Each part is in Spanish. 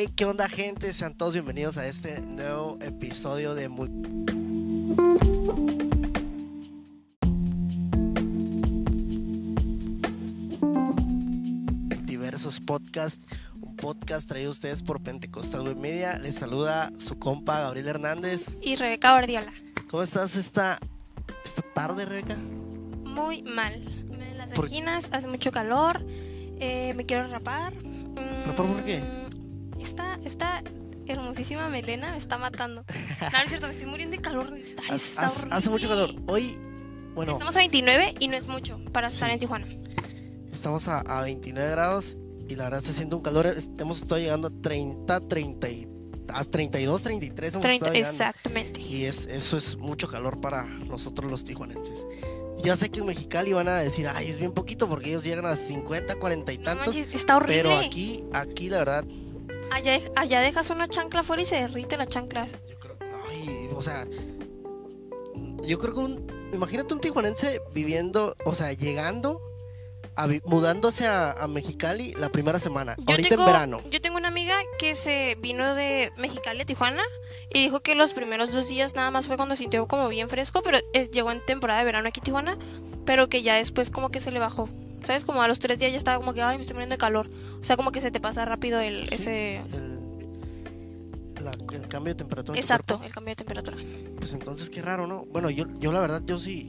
Hey, ¿qué onda, gente? Sean todos bienvenidos a este nuevo episodio de Multiversos Podcast, un podcast traído a ustedes por Pentecostal Web Media. Les saluda su compa Gabriel Hernández y Rebeca Bardiola. ¿Cómo estás esta tarde, Rebeca? Muy mal. En las esquinas hace mucho calor. Me quiero rapar. ¿Rapar por qué? Esta hermosísima melena me está matando. No, no es cierto, me estoy muriendo de calor. Hace mucho calor. Hoy, bueno, estamos a 29 y no es mucho para estar en Tijuana. Estamos a 29 grados y la verdad está haciendo un calor. Hemos estado llegando a 30, 30 a 32, 33 hemos estado llegando. Exactamente. Y eso es mucho calor para nosotros los tijuanenses. Ya sé que en Mexicali van a decir, ay, es bien poquito porque ellos llegan a 50, 40 y tantos. Manches, está horrible. Pero aquí la verdad... Allá dejas una chancla afuera y se derrite la chancla. Yo creo, yo creo que imagínate un tijuanense viviendo, o sea, llegando, mudándose a Mexicali la primera semana, en verano. Yo tengo una amiga que se vino de Mexicali a Tijuana y dijo que los primeros 2 días nada más fue cuando sintió como bien fresco, pero llegó en temporada de verano aquí a Tijuana, pero que ya después como que se le bajó. ¿Sabes? Como a los 3 días ya estaba como que, ay, me estoy muriendo de calor. O sea, como que se te pasa rápido el cambio de temperatura. Exacto, el cambio de temperatura. Pues entonces qué raro, ¿no? Bueno, yo la verdad, si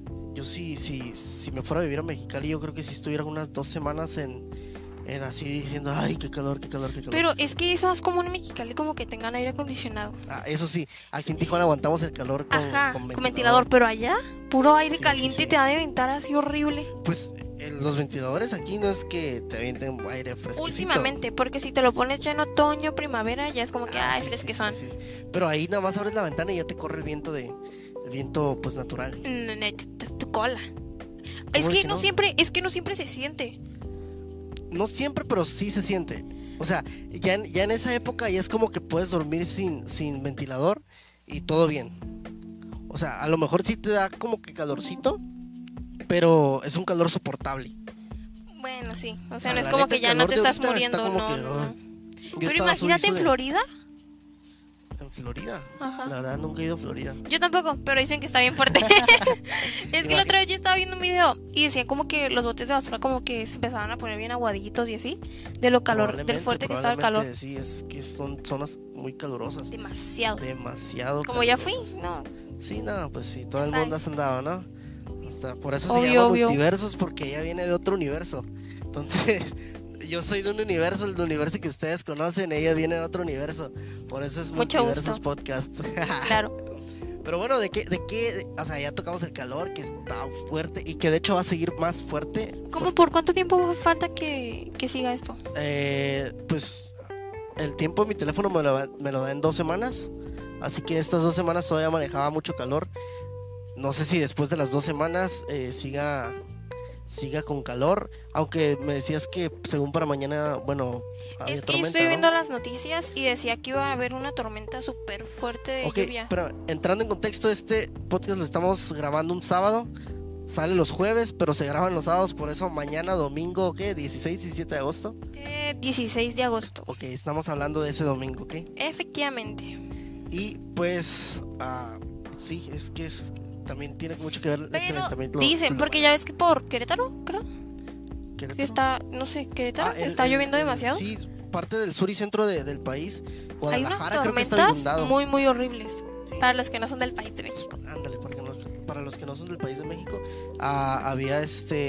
me fuera a vivir a Mexicali, yo creo que si estuviera unas 2 semanas en así diciendo, ay, qué calor. Pero es que es más común en Mexicali como que tengan aire acondicionado. Eso sí, aquí en Tijuana aguantamos el calor con ventilador, pero allá puro aire caliente. Sí. Te va a ventar así horrible. Pues los ventiladores aquí no es que te avienten aire fresquecito. Últimamente, porque si te lo pones ya en otoño, primavera, ya es como que, fresquezón. Sí. Pero ahí nada más abres la ventana y ya te corre el viento pues natural. Tu cola. Es que no siempre se siente. No siempre, pero sí se siente. O sea, ya en esa época ya es como que puedes dormir sin ventilador y todo bien. O sea, a lo mejor sí te da como que calorcito, pero es un calor soportable. Bueno, sí. O sea, no es como que ya no te estás muriendo. No. Pero imagínate en Florida. ¿En Florida? Ajá. La verdad nunca he ido a Florida. Yo tampoco, pero dicen que está bien fuerte. Es que la otra vez yo estaba viendo un video y decían como que los botes de basura como que se empezaban a poner bien aguaditos y así, de lo calor, del fuerte que estaba el calor. Sí, es que son zonas muy calurosas. Demasiado Como ya fui, no. Sí, no, pues sí, todo el mundo has andado, ¿no? Por eso obvio, se llama multiversos, porque ella viene de otro universo. Entonces, yo soy de un universo, el universo que ustedes conocen, ella viene de otro universo. Por eso es Multiversos Podcast. Claro. Pero bueno, ¿de qué? O sea, ya tocamos el calor, que está fuerte y que de hecho va a seguir más fuerte. ¿Cómo por cuánto tiempo falta que siga esto? Pues el tiempo de mi teléfono me lo da en 2 semanas. Así que estas 2 semanas todavía manejaba mucho calor. No sé si después de las 2 semanas siga con calor, aunque me decías que según para mañana, bueno, es que yo estoy viendo las noticias y decía que iba a haber una tormenta súper fuerte de lluvia. Pero entrando en contexto, este podcast lo estamos grabando un sábado, sale los jueves, pero se graban los sábados, por eso mañana domingo, ¿qué? 16, 17 de agosto. 16 de agosto. Ok, estamos hablando de ese domingo, ¿ok? Efectivamente. Y pues, sí, es que también tiene mucho que ver el calentamiento. Dicen, porque ya ves que por Querétaro, creo. Que está, no sé, Querétaro, está lloviendo demasiado. Sí, parte del sur y centro del país. Guadalajara creo que está inundado. Muy, muy horribles. Sí. Para los que no son del país de México. Ándale, para los que no son del país de México, había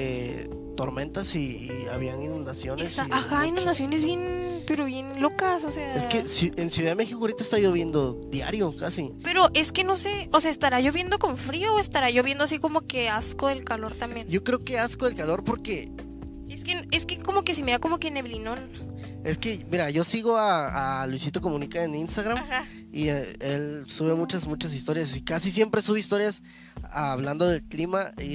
tormentas y habían inundaciones. Inundaciones bien locas, o sea. Es que en Ciudad de México ahorita está lloviendo diario, casi. Pero es que no sé, o sea, ¿estará lloviendo con frío o estará lloviendo así como que asco del calor también? Yo creo que asco del calor porque... Es que como que se mira como que neblinón. Es que, mira, yo sigo a Luisito Comunica en Instagram. Ajá. Y él sube muchas historias y casi siempre sube historias hablando del clima y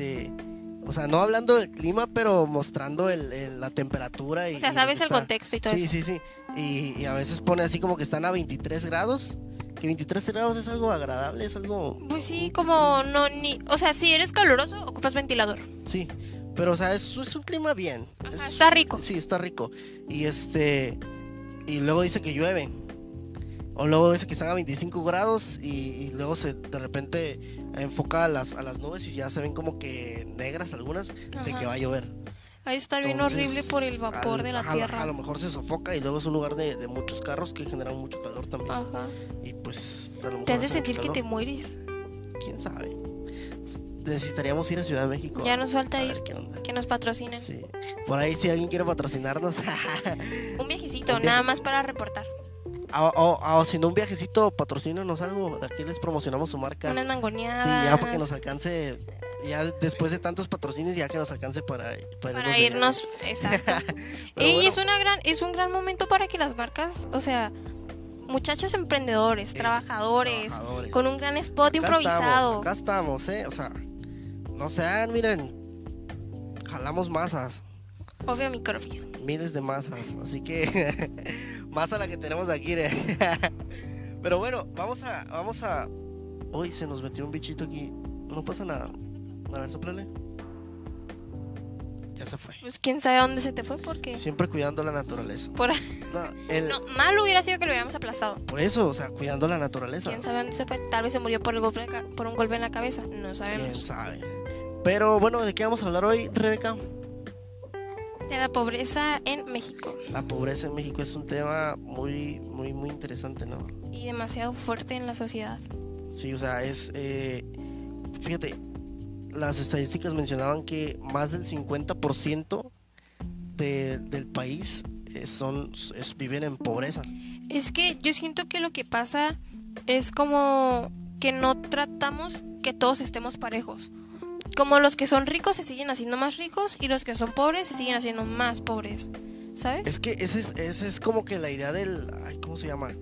o sea, no hablando del clima, pero mostrando la temperatura. O sea, sabes el contexto y todo eso. Sí. Y a veces pone así como que están a 23 grados. Que 23 grados es algo agradable, es algo... Pues sí, como no, o sea, si eres caluroso, ocupas ventilador. Sí, pero o sea, es un clima bien. Ajá, está rico. Sí, está rico. Y y luego dice que llueve. O luego dice que están a 25 grados y luego de repente enfoca a las nubes y ya se ven como que negras algunas de que va a llover. Va a estar bien horrible por el vapor de la tierra. A lo mejor se sofoca y luego es un lugar de muchos carros que generan mucho calor también. Ajá. Y pues a lo mejor Te hace hace sentir mucho que te calor. mueres. ¿Quién sabe? Necesitaríamos ir a Ciudad de México. Ya nos falta a ir. ver qué onda. Que nos patrocinen. Sí. Por ahí si alguien quiere patrocinarnos. Un viajecito, Un nada viaje. más para reportar. O si no un viajecito, patrocínanos algo. Aquí les promocionamos su marca. Unas Sí, mangoneadas. ya para que nos alcance. Ya después de tantos patrocinios, ya que nos alcance para Para irnos, exacto. Pero Y bueno. es un gran momento para que las marcas, o sea, muchachos emprendedores, trabajadores, con un gran spot improvisado. Acá estamos, O sea, no sean, miren, jalamos masas, Obvio microfio. miles de masas, así que masa la que tenemos aquí, Pero bueno, vamos a. Uy, se nos metió un bichito aquí. No pasa nada. A ver, soplale. Ya se fue. Pues quién sabe a dónde se te fue porque Siempre cuidando la naturaleza. por, No, no, mal hubiera sido que lo hubiéramos aplastado. por eso, o sea, cuidando la naturaleza. Quién sabe a dónde se fue. Tal vez se murió por el golpe por un golpe en la cabeza. No ¿Quién sabemos. sabe? Pero bueno, ¿de qué vamos a hablar hoy, Rebeca? De la pobreza en México. La pobreza en México es un tema muy, muy, muy interesante, ¿no? Y demasiado fuerte en la sociedad. Sí, o sea, fíjate, las estadísticas mencionaban que más del 50% del país viven en pobreza. Es que yo siento que lo que pasa es como que no tratamos que todos estemos parejos. Como los que son ricos se siguen haciendo más ricos y los que son pobres se siguen haciendo más pobres. ¿Sabes? Es que esa es como que la idea ay, ¿cómo se llama?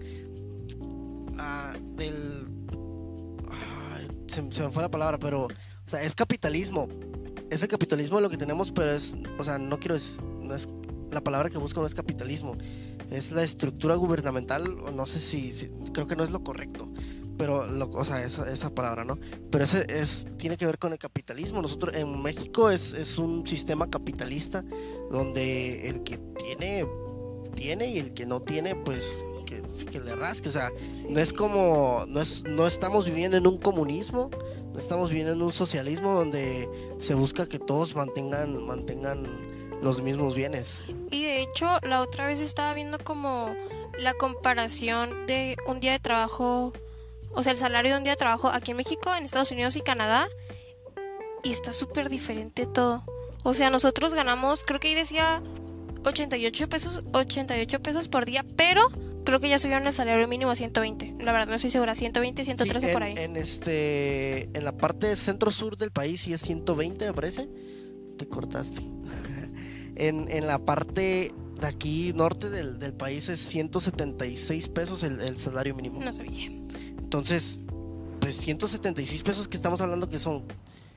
Se me fue la palabra, pero, o sea, es capitalismo. Es el capitalismo lo que tenemos, pero o sea, no es la palabra que busco no es capitalismo, es la estructura gubernamental, o no sé si creo que no es lo correcto, pero o sea, esa palabra, ¿no? Pero tiene que ver con el capitalismo. Nosotros en México es un sistema capitalista donde el que tiene y el que no tiene, pues que le rasque. O sea, Sí. no es como, no estamos viviendo en un comunismo, no estamos viviendo en un socialismo donde se busca que todos mantengan los mismos bienes. Y de hecho, la otra vez estaba viendo como la comparación de un día de trabajo, o sea, el salario de un día de trabajo aquí en México, en Estados Unidos y Canadá, y está súper diferente todo. O sea, nosotros ganamos, creo que ahí decía 88 pesos por día, pero creo que ya subieron el salario mínimo a 120. La verdad no estoy segura, 120, 113 Sí, por ahí. en la parte centro-sur del país sí es 120, me parece. Te cortaste. En la parte de aquí norte del país es 176 pesos el salario mínimo. No sabía. Entonces, pues 176 pesos que estamos hablando que son...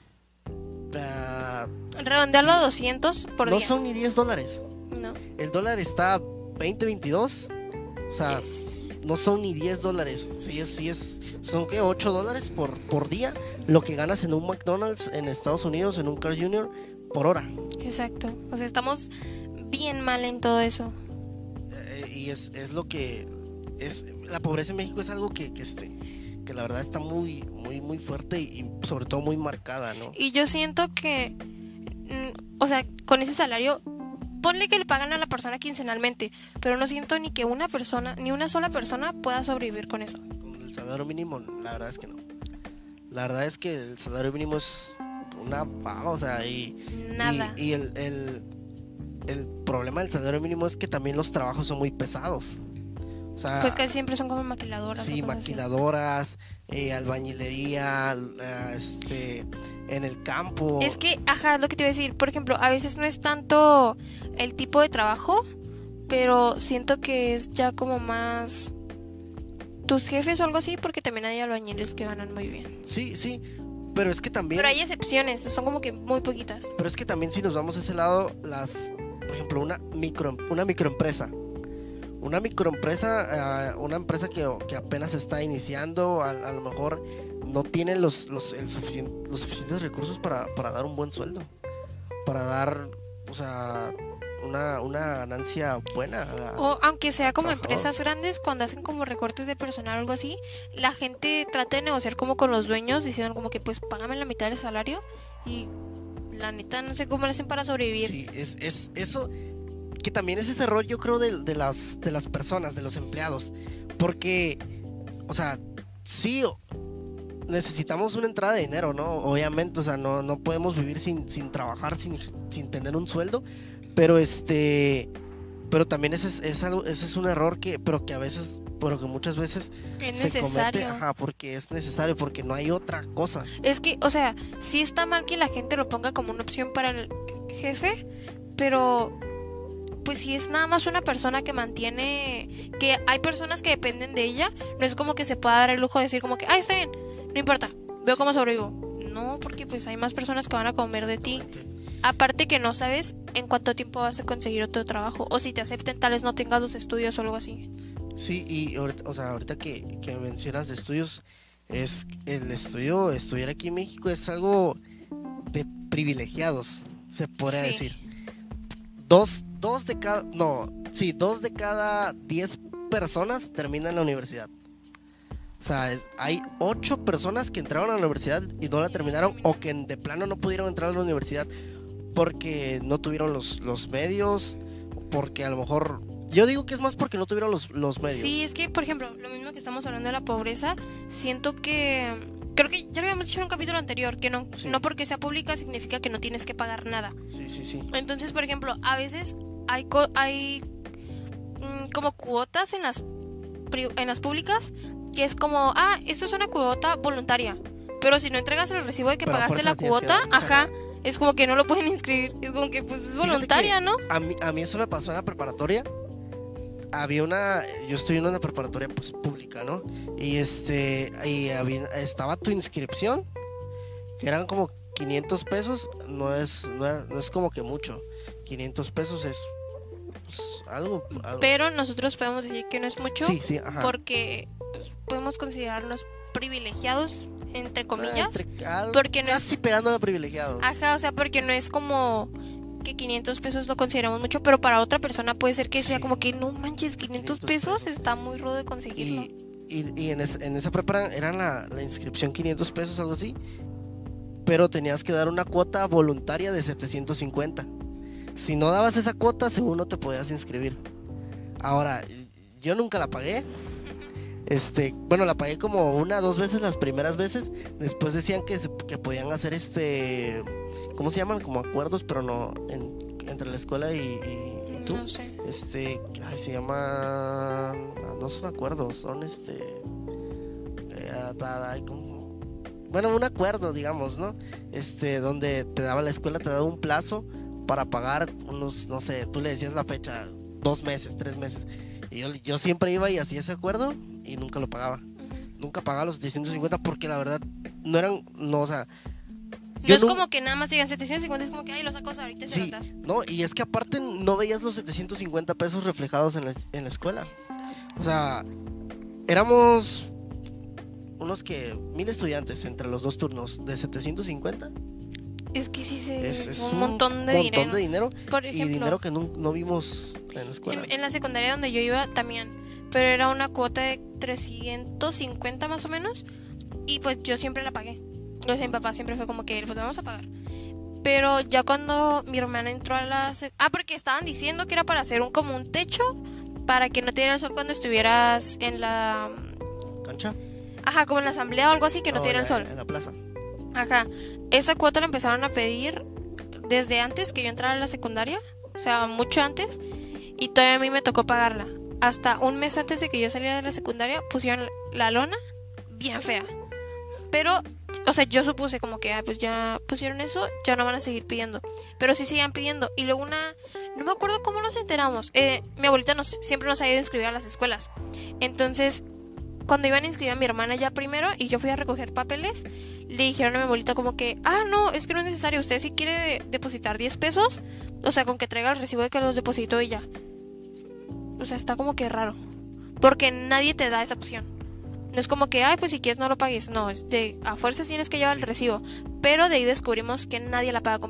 Redondearlo a 200 por no día. son ni $10. No. El dólar está 20.22. O sea, Yes. no son ni $10. Son que $8 por día lo que ganas en un McDonald's en Estados Unidos, en un Carl Jr. por hora. Exacto. O sea, estamos bien mal en todo eso. Y es lo que es la pobreza en México. Es algo que la verdad está muy, muy, muy fuerte y sobre todo muy marcada, ¿no? Y yo siento que, o sea, con ese salario, ponle que le pagan a la persona quincenalmente, pero no siento ni que una persona, ni una sola persona pueda sobrevivir con eso. Con el salario mínimo, la verdad es que no. La verdad es que el salario mínimo es una paga, o sea, Nada. y el problema del salario mínimo es que también los trabajos son muy pesados. O sea, Pues casi siempre son como maquiladoras. sí, o cosas así. maquiladoras, albañilería, en el campo. Es que, ajá, es lo que te iba a decir. Por ejemplo, a veces no es tanto el tipo de trabajo, pero siento que es ya como más tus jefes o algo así, porque también hay albañiles que ganan muy bien. Sí, pero es que también... Pero hay excepciones, son como que muy poquitas. Pero es que también si nos vamos a ese lado, por ejemplo, una microempresa. Una microempresa, una empresa que apenas está iniciando, a lo mejor no tiene los suficientes recursos para dar un buen sueldo. Para dar, o sea, una ganancia buena. O aunque sea como trabajador. empresas grandes, cuando hacen como recortes de personal o algo así, la gente trata de negociar como con los dueños, diciendo como que pues págame la mitad del salario y la neta no sé cómo le hacen para sobrevivir. Sí, es eso, que también es ese error, yo creo, de las personas, de los empleados. Porque, o sea, sí, necesitamos una entrada de dinero, ¿no? Obviamente, o sea, no podemos vivir sin trabajar, sin tener un sueldo. Pero pero también ese es un error pero que a veces, pero que muchas veces Es se comete, necesario. ajá, porque es necesario, porque no hay otra cosa. Es que, o sea, sí está mal que la gente lo ponga como una opción para el jefe, pero pues si es nada más una persona que mantiene, que hay personas que dependen de ella, no es como que se pueda dar el lujo de decir como que, ah, está bien, no importa, veo cómo sobrevivo. No, porque pues hay más personas que van a comer de ti. Aparte que no sabes en cuánto tiempo vas a conseguir otro trabajo, o si te acepten tal vez no tengas los estudios o algo así. Sí, y ahorita, o sea, ahorita que mencionas de estudios, estudiar aquí en México es algo de privilegiados, se podría Sí. decir. Dos de cada 10 personas terminan la universidad. O sea, hay 8 personas que entraron a la universidad y no la terminaron, o que de plano no pudieron entrar a la universidad porque no tuvieron los medios, porque a lo mejor... Yo digo que es más porque no tuvieron los medios. Sí, es que, por ejemplo, lo mismo que estamos hablando de la pobreza, siento que... Creo que ya lo habíamos dicho en un capítulo anterior, que no, Sí. no porque sea pública significa que no tienes que pagar nada. Sí. Entonces, por ejemplo, a veces hay como cuotas en las públicas, que es como, ah, esto es una cuota voluntaria, pero si no entregas el recibo de que Pero a pagaste fuerza la tienes que cuota, dar. ajá, es como que no lo pueden inscribir, es como que pues es Fíjate voluntaria, que ¿no? a mí eso me pasó en la preparatoria. Yo estoy en una preparatoria pues pública, ¿no? Y estaba tu inscripción, que eran como 500 pesos, no es como que mucho. 500 pesos es pues, algo. Pero nosotros podemos decir que no es mucho, Sí, ajá. porque pues, podemos considerarnos privilegiados, entre comillas. Algo porque no casi pegando a privilegiados. Ajá, o sea, porque no es como que 500 pesos lo consideramos mucho, pero para otra persona puede ser que sea Sí. como que no manches, 500 pesos está muy rudo de conseguirlo. Y en esa prepa era la inscripción 500 pesos, algo así. Pero tenías que dar una cuota voluntaria de 750. Si no dabas esa cuota, según no te podías inscribir. Ahora, yo nunca la pagué. Bueno, la pagué como 2 veces las primeras veces. Después decían que podían hacer ¿cómo se llaman? Como acuerdos, pero no entre la escuela y tú. No sé. Se llama, no son acuerdos, son hay bueno, un acuerdo, digamos, ¿no? Donde te daba la escuela, te daba un plazo para pagar unos, no sé, tú le decías la fecha, 2 meses, 3 meses. Y yo siempre iba y hacía ese acuerdo y nunca lo pagaba. Nunca pagaba los 750 porque la verdad o sea... No es como que nada más te digan 750, es como que, ay, lo sacas ahorita y se Sí, lo das. no, y es que aparte no veías los 750 pesos reflejados en la escuela. O sea, éramos unos 1000 estudiantes entre los 2 turnos de 750. Es que sí Es un montón de dinero. Por y ejemplo, dinero que no vimos en la escuela. en la secundaria donde yo iba también, pero era una cuota de 350 más o menos, y pues yo siempre la pagué. O sea, mi papá siempre fue como que, pues vamos a pagar. Pero ya cuando mi hermana entró a porque estaban diciendo que era para hacer como un techo, para que no te diera el sol cuando estuvieras en la... ¿Cancha? Ajá, como en la asamblea o algo así, que no te diera el sol. En la plaza. Ajá, esa cuota la empezaron a pedir desde antes que yo entrara a la secundaria, o sea, mucho antes, y todavía a mí me tocó pagarla. Hasta un mes antes de que yo saliera de la secundaria pusieron la lona bien fea. Pero, o sea, yo supuse como que, pues ya pusieron eso, ya no van a seguir pidiendo. Pero sí seguían pidiendo. Y luego no me acuerdo cómo nos enteramos. Mi abuelita siempre nos ha ido a inscribir a las escuelas. Entonces, cuando iban a inscribir a mi hermana ya primero y yo fui a recoger papeles, le dijeron a mi abuelita como que, no, es que no es necesario, usted si quiere depositar 10 pesos, o sea, con que traiga el recibo de que los depositó ella. O sea, está como que raro, porque nadie te da esa opción. No es como que, pues si quieres no lo pagues, no, a fuerzas tienes que llevar el recibo. Pero de ahí descubrimos que nadie la paga completa.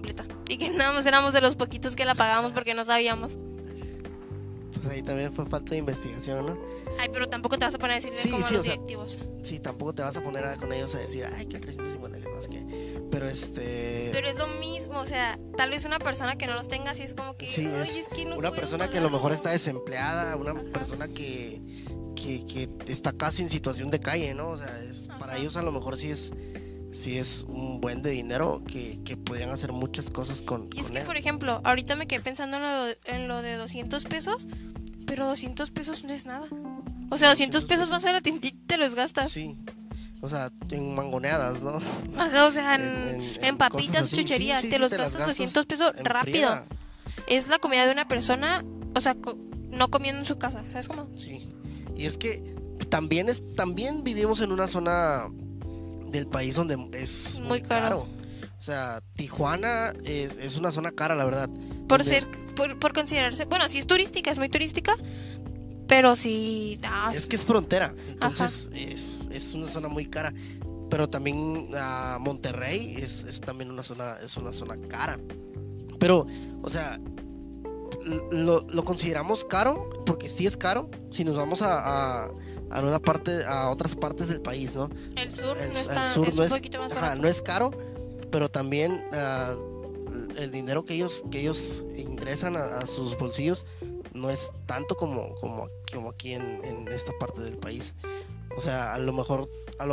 Y que nada más éramos de los poquitos que la pagamos porque no sabíamos. Pues ahí también fue falta de investigación, ¿no? Ay, pero tampoco te vas a poner a decirle Sí, como a sí, los o sea, directivos. Sí, tampoco te vas a poner con ellos a decir, ay, que 350, que no sé qué. Pero Pero es lo mismo, o sea, tal vez una persona que no los tenga así es como que, sí, ay, es es que no una puedo persona que a lo mejor pagarlo. está desempleada, una persona que está casi en situación de calle, ¿no? O sea, para Ajá. ellos a lo mejor sí es un buen de dinero que podrían hacer muchas cosas con Y es que, él. por ejemplo, ahorita me quedé pensando en lo de 200 pesos, pero 200 pesos no es nada. O sea, 200 pesos vas a la tiendita y te los gastas. Sí, o sea, en mangoneadas, ¿no? Ajá, o sea, En en cosas papitas, así. chucherías, Sí, te sí, los te las gastas gastas 200 pesos en rápido. friega. Es la comida de una persona, o sea, no comiendo en su casa, ¿sabes cómo? Sí, y es que también vivimos en una zona del país donde es Muy muy caro. caro. O sea, Tijuana es una zona cara, la verdad. Por Donde- ser, por considerarse, bueno, sí es turística, es muy turística, pero sí, Es que es frontera, entonces es una zona muy cara. Pero también Monterrey es también es una zona cara. Pero, o sea, lo consideramos caro porque sí es caro si nos vamos a otras partes del país, ¿no? el sur El, no el está, sur es no un poquito más barato. no es caro, pero también el dinero que ellos ingresan a sus bolsillos no es tanto como aquí en esta parte del país. O sea, a lo mejor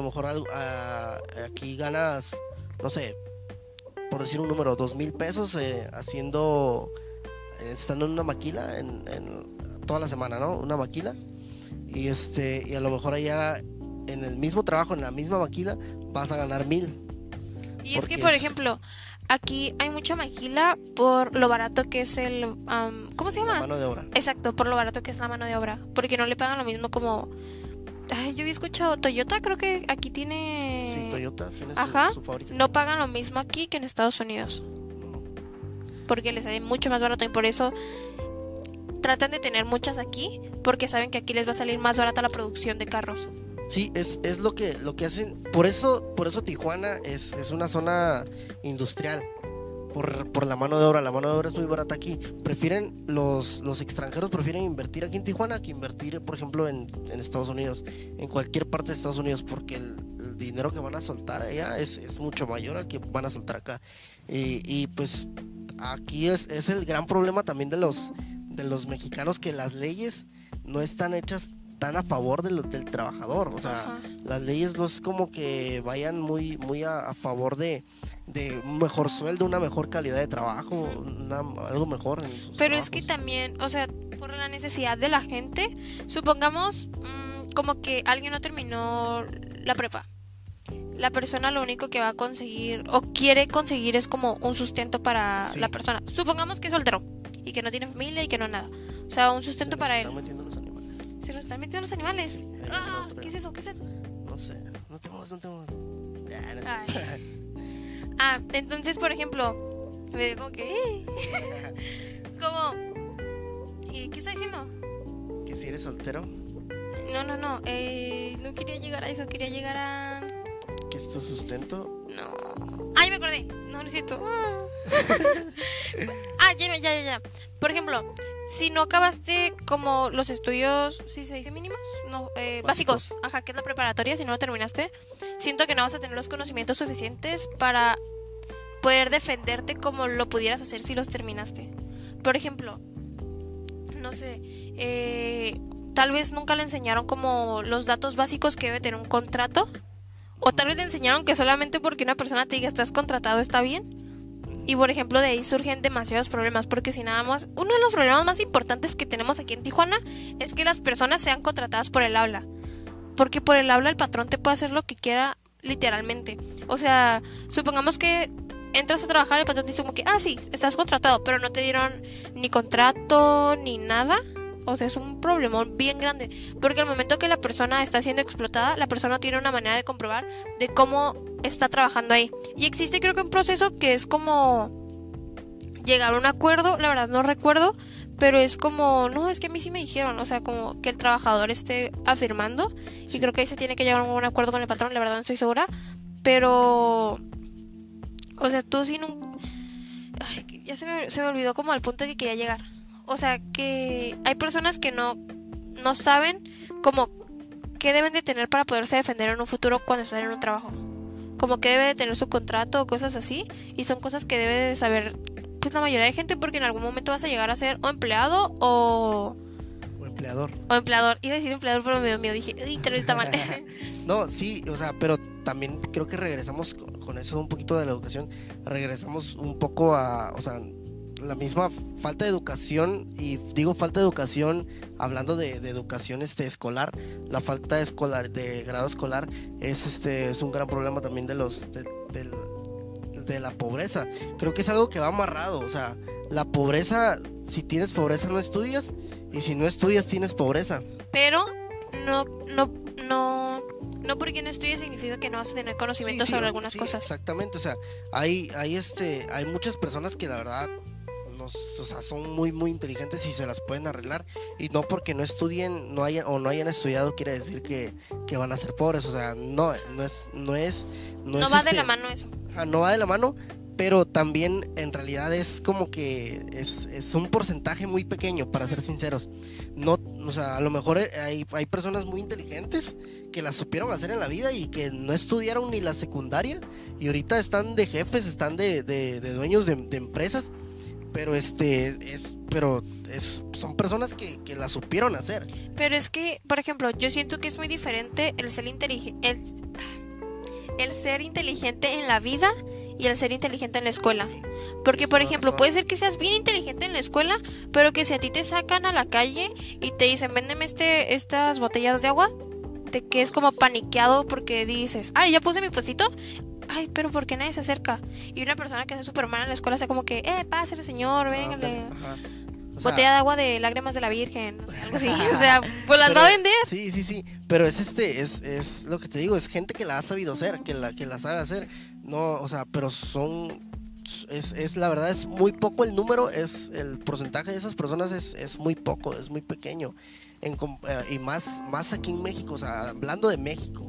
aquí ganas, no sé, por decir un número, 2,000 pesos estando en una maquila toda la semana, ¿no? Una maquila. Y a lo mejor allá en el mismo trabajo, en la misma maquila, vas a ganar 1,000. Y es que, porque por ejemplo, aquí hay mucha maquila por lo barato que es ¿cómo se la llama? mano de obra. Exacto, por lo barato que es la mano de obra. Porque no le pagan lo mismo como... Ay, yo había escuchado Toyota, creo que aquí tiene... Sí, Toyota tiene Ajá, su fábrica. no pagan lo mismo aquí que en Estados Unidos. No. Porque les sale mucho más barato y por eso tratan de tener muchas aquí, porque saben que aquí les va a salir más barata la producción de carros. Sí, es lo que hacen. Por eso Tijuana es una zona industrial. Por la mano de obra. La mano de obra es muy barata aquí. Los extranjeros prefieren invertir aquí en Tijuana que invertir, por ejemplo, en Estados Unidos. En cualquier parte de Estados Unidos. Porque el dinero que van a soltar allá es mucho mayor al que van a soltar acá. Y pues aquí es el gran problema también de los mexicanos, que las leyes no están hechas tan a favor del trabajador. O sea, Ajá. las leyes no es como que vayan muy a favor de un mejor sueldo, una mejor calidad de trabajo, algo mejor en sus Pero es que trabajos. también, o sea, por la necesidad de la gente, supongamos como que alguien no terminó la prepa. La persona lo único que va a conseguir o quiere conseguir es como un sustento para Sí. la persona. Supongamos que es soltero y que no tiene familia y que no nada. O sea, un sustento para él. Se están metiendo los animales. Se lo están metiendo los animales. Sí, ahí Ah, en otro. ¿qué es eso? ¿Qué es eso? No sé, no tengo. Ya, no sé. Ay. Ah, entonces, por ejemplo, me digo como que... como... ¿Qué está diciendo? Que si eres soltero, No. No quería llegar a eso, quería llegar a... que es tu sustento. No. ¡Ay, me acordé! No es cierto. Ya. Por ejemplo, si no acabaste como los estudios, ¿sí se dice mínimos? No, básicos. Básicos. Ajá, que es la preparatoria, si no lo terminaste, siento que no vas a tener los conocimientos suficientes para poder defenderte como lo pudieras hacer si los terminaste. Por ejemplo, no sé, tal vez nunca le enseñaron como los datos básicos que debe tener un contrato. O tal vez te enseñaron que solamente porque una persona te diga estás contratado está bien. Y por ejemplo de ahí surgen demasiados problemas. Porque si nada más, uno de los problemas más importantes que tenemos aquí en Tijuana es que las personas sean contratadas por el habla. Porque por el habla el patrón te puede hacer lo que quiera literalmente. O sea, supongamos que entras a trabajar, el patrón te dice como que, sí, estás contratado, pero no te dieron ni contrato ni nada. O sea, es un problemón bien grande. Porque al momento que la persona está siendo explotada, la persona no tiene una manera de comprobar de cómo está trabajando ahí. Y existe creo que un proceso que es como llegar a un acuerdo, la verdad no recuerdo, pero es como, no, es que a mí sí me dijeron, o sea, como que el trabajador esté afirmando. Sí. Y creo que ahí se tiene que llegar a un acuerdo con el patrón, la verdad no estoy segura. Pero, o sea, tú sin un... Ay, se me olvidó como al punto que quería llegar. O sea, que hay personas que no saben como qué deben de tener para poderse defender en un futuro cuando están en un trabajo. Como que debe de tener su contrato o cosas así. Y son cosas que debe de saber pues la mayoría de gente, porque en algún momento vas a llegar a ser o empleado O empleador. o empleador. Iba a decir empleador, pero me dio miedo. Dije, uy, tal vez está mal. No, sí, o sea, pero también creo que regresamos con eso un poquito de la educación, regresamos un poco a, o sea, la misma falta de educación, y digo falta de educación hablando de educación escolar, la falta de grado escolar es un gran problema también de la pobreza. Creo que es algo que va amarrado, o sea, la pobreza, si tienes pobreza no estudias, y si no estudias tienes pobreza. Pero no, no, no porque no estudies significa que no vas a tener conocimiento sobre algunas sí, cosas. exactamente, o sea, hay muchas personas que la verdad o sea, son muy muy inteligentes y se las pueden arreglar, y no porque no estudien, no hayan estudiado quiere decir que van a ser pobres, o sea, No va de la mano eso. no va de la mano, pero también en realidad es como que es un porcentaje muy pequeño, para ser sinceros. No, o sea, a lo mejor hay personas muy inteligentes que la supieron hacer en la vida y que no estudiaron ni la secundaria y ahorita están de jefes, están de dueños de empresas, pero son personas que la supieron hacer. Pero es que, por ejemplo, yo siento que es muy diferente el ser el ser inteligente en la vida y el ser inteligente en la escuela. Porque, por ejemplo, puede ser que seas bien inteligente en la escuela, pero que si a ti te sacan a la calle y te dicen, véndeme estas botellas de agua, te quedes como paniqueado porque dices, ay, ya puse mi puestito. Ay, pero ¿por qué nadie se acerca? Y una persona que hace súper mal en la escuela está como que, pásale señor, véngale. O sea, botella de agua de lágrimas de la Virgen, no sé, algo así. O sea, pues las va a vender. Sí, pero es lo que te digo, es gente que la ha sabido hacer, que la sabe hacer. No, o sea, pero la verdad es muy poco el número, el porcentaje de esas personas es muy poco, es muy pequeño. Y más aquí en México, o sea, hablando de México,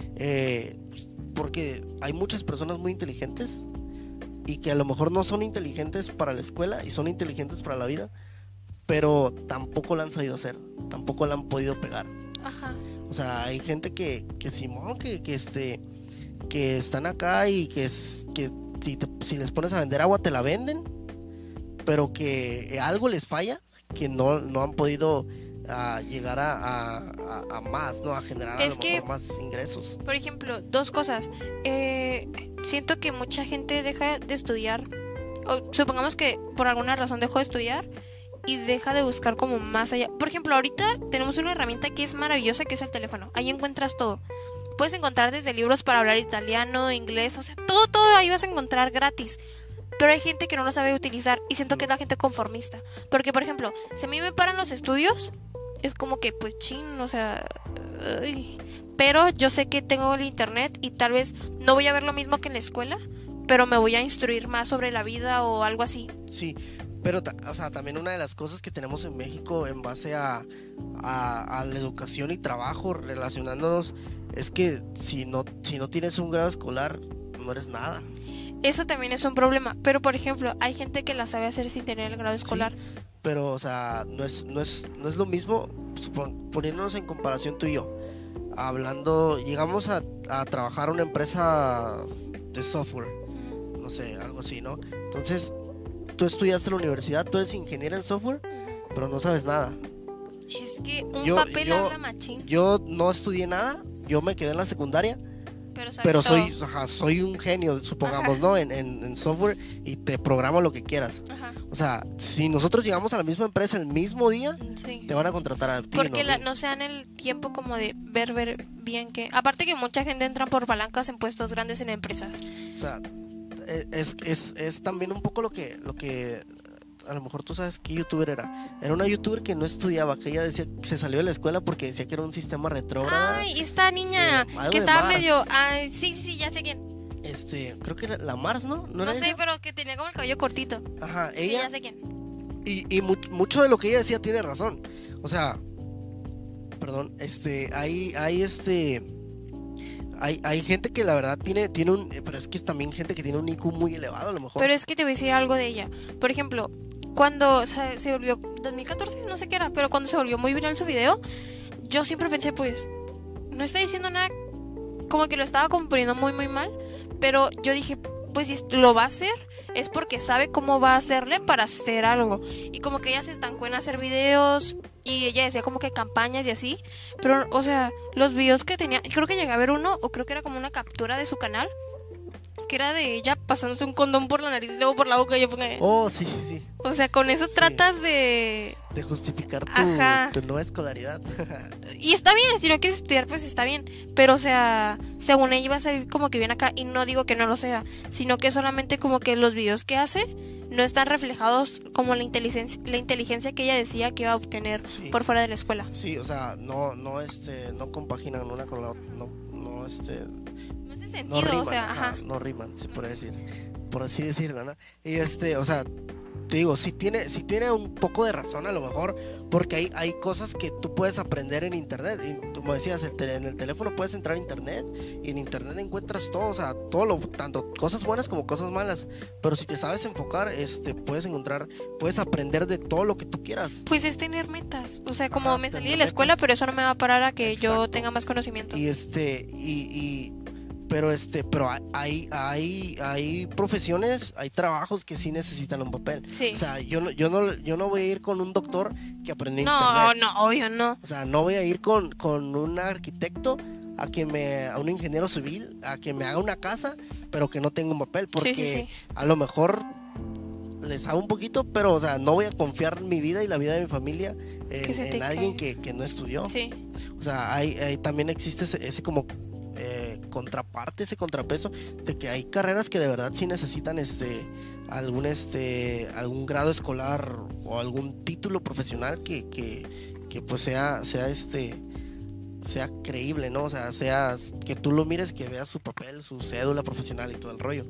porque hay muchas personas muy inteligentes y que a lo mejor no son inteligentes para la escuela y son inteligentes para la vida, pero tampoco la han sabido hacer, tampoco la han podido pegar. Ajá. O sea, hay gente Simón, que están acá y que si les pones a vender agua te la venden, pero que algo les falla, que no han podido llegar a más, ¿no? A generar a lo mejor más ingresos. Por ejemplo, dos cosas. Siento que mucha gente deja de estudiar, o supongamos que por alguna razón dejó de estudiar y deja de buscar como más allá. Por ejemplo, ahorita tenemos una herramienta que es maravillosa, que es el teléfono. Ahí encuentras todo. Puedes encontrar desde libros para hablar italiano, inglés, o sea, todo ahí vas a encontrar gratis. Pero hay gente que no lo sabe utilizar y siento que es la gente conformista. Porque, por ejemplo, si a mí me paran los estudios, es como que, pues, o sea... Pero yo sé que tengo el internet y tal vez no voy a ver lo mismo que en la escuela, pero me voy a instruir más sobre la vida o algo así. Sí, pero o sea, también una de las cosas que tenemos en México en base a la educación y trabajo relacionándonos es que si no tienes un grado escolar, no eres nada. Eso también es un problema, pero por ejemplo, hay gente que la sabe hacer sin tener el grado escolar. Sí, pero, o sea, no es lo mismo, poniéndonos en comparación tú y yo. Llegamos a trabajar en una empresa de software, no sé, algo así, ¿no? Entonces, tú estudiaste en la universidad, tú eres ingeniero en software, pero no sabes nada. Es que papel habla machín. Yo no estudié nada, yo me quedé en la secundaria, pero soy un genio, supongamos, ¿no? En software, y te programo lo que quieras. Ajá. O sea, si nosotros llegamos a la misma empresa el mismo día, sí, te van a contratar a ti. Porque no se dan el tiempo como de ver bien que... Aparte que mucha gente entra por palancas en puestos grandes en empresas. O sea, es también un poco lo que a lo mejor tú sabes qué youtuber era. Era una youtuber que no estudiaba, que ella decía que se salió de la escuela porque decía que era un sistema retrógrado. Ay, esta niña que estaba medio... Ay, sí, ya sé quién. Creo que era la Mars, ¿no? No sé, ella, pero que tenía como el cabello cortito. Ajá, ella... Sí, ya sé quién. Y mucho de lo que ella decía tiene razón. O sea, perdón, Hay gente que la verdad tiene un... Pero es que es también gente que tiene un IQ muy elevado a lo mejor. Pero es que te voy a decir algo de ella. Por ejemplo, cuando se volvió 2014, no sé qué era, pero cuando se volvió muy viral su video, yo siempre pensé, pues, no está diciendo nada, como que lo estaba componiendo muy, muy mal, pero yo dije, pues si lo va a hacer, es porque sabe cómo va a hacerle para hacer algo. Y como que ella se estancó en hacer videos, y ella decía como que campañas y así, pero, o sea, los videos que tenía, creo que llegué a ver uno, o creo que era como una captura de su canal, que era de ella pasándose un condón por la nariz y luego por la boca. Y yo pongo, Oh, sí, sí, sí. o sea, con eso Sí. tratas de... De justificar Ajá. tu nueva escolaridad. Y está bien, si no quieres estudiar, pues está bien. Pero, o sea, según ella iba a ser como que bien acá. Y no digo que no lo sea, sino que solamente como que los videos que hace no están reflejados como la inteligencia que ella decía que iba a obtener Sí. por fuera de la escuela. Sí, o sea, no compaginan una con la otra. No, No hace no sentido, riman, o sea, ajá. no riman, se puede decir, por así decirlo, ¿no? Y o sea, te digo, sí tiene un poco de razón a lo mejor, porque hay cosas que tú puedes aprender en internet, y como decías, en el teléfono puedes entrar a internet, y en internet encuentras todo, o sea, tanto cosas buenas como cosas malas, pero si te sabes enfocar, puedes aprender de todo lo que tú quieras. Pues es tener metas. O sea, como Ajá, me salí tener de la escuela, metas. pero eso no me va a parar a que yo Exacto. tenga más conocimiento. Pero hay profesiones, hay trabajos que sí necesitan un papel. Sí. O sea, yo no voy a ir con un doctor que aprendió No, internet. no, obvio no. O sea, no voy a ir con un arquitecto a un ingeniero civil a que me haga una casa, pero que no tenga un papel, porque Sí. a lo mejor les sabe un poquito, pero o sea, no voy a confiar mi vida y la vida de mi familia Que se te en alguien cae. que no estudió. Sí. O sea, también existe ese como contraparte, ese contrapeso de que hay carreras que de verdad sí necesitan algún grado escolar o algún título profesional que pues sea creíble, ¿no? O sea que tú lo mires, que veas su papel, su cédula profesional y todo el rollo.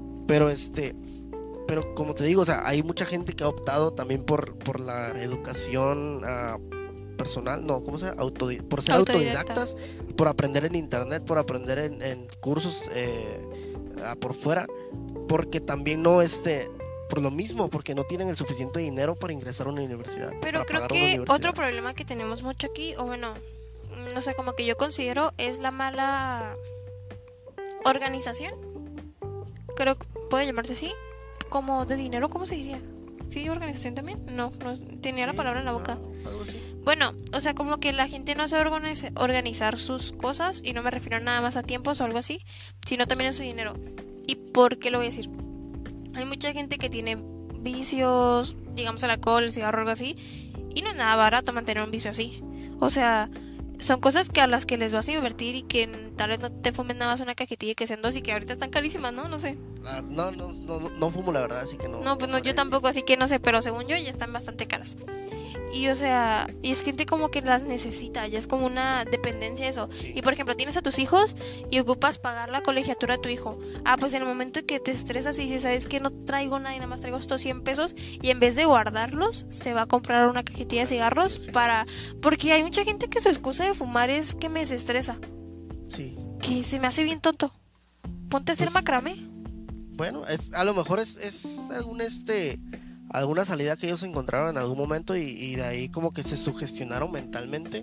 Pero como te digo, o sea, hay mucha gente que ha optado también por la educación personal, no, ¿cómo se llama? Por ser Autodidacta. autodidactas, por aprender en internet, por aprender en cursos por fuera, porque también por lo mismo, porque no tienen el suficiente dinero para ingresar a una universidad. Pero para creo pagar una que universidad. otro problema que tenemos mucho aquí, o bueno, no sé, como que yo considero es la mala organización. Creo que puede llamarse así. Como de dinero, ¿cómo se diría? ¿Sí, organización también? No tenía la Sí, palabra en la boca. algo así. Bueno, o sea, como que la gente no sabe organizar sus cosas, y no me refiero nada más a tiempos o algo así, sino también a su dinero. ¿Y por qué lo voy a decir? Hay mucha gente que tiene vicios, digamos el alcohol, el cigarro, algo así, y no es nada barato mantener un vicio así. O sea, son cosas que a las que les vas a invertir y que tal vez no te fumes nada más una cajetilla, que sean dos, y que ahorita están carísimas, ¿no? No sé. No fumo la verdad, así que no. No, pues no, sabría yo tampoco, así que no sé, pero según yo ya están bastante caras. Y o sea, y es gente como que las necesita, ya es como una dependencia eso. Sí. Y por ejemplo, tienes a tus hijos y ocupas pagar la colegiatura de tu hijo. Ah, pues en el momento que te estresas y dices, ¿sabes qué? No traigo nada y nada más traigo estos 100 pesos, y en vez de guardarlos, se va a comprar una cajetilla de cigarros Sí. Porque hay mucha gente que su excusa de fumar es que me desestresa, Sí. que se me hace bien tonto. Ponte a hacer Pues, macramé. Bueno, a lo mejor es alguna salida que ellos encontraron en algún momento y de ahí como que se sugestionaron mentalmente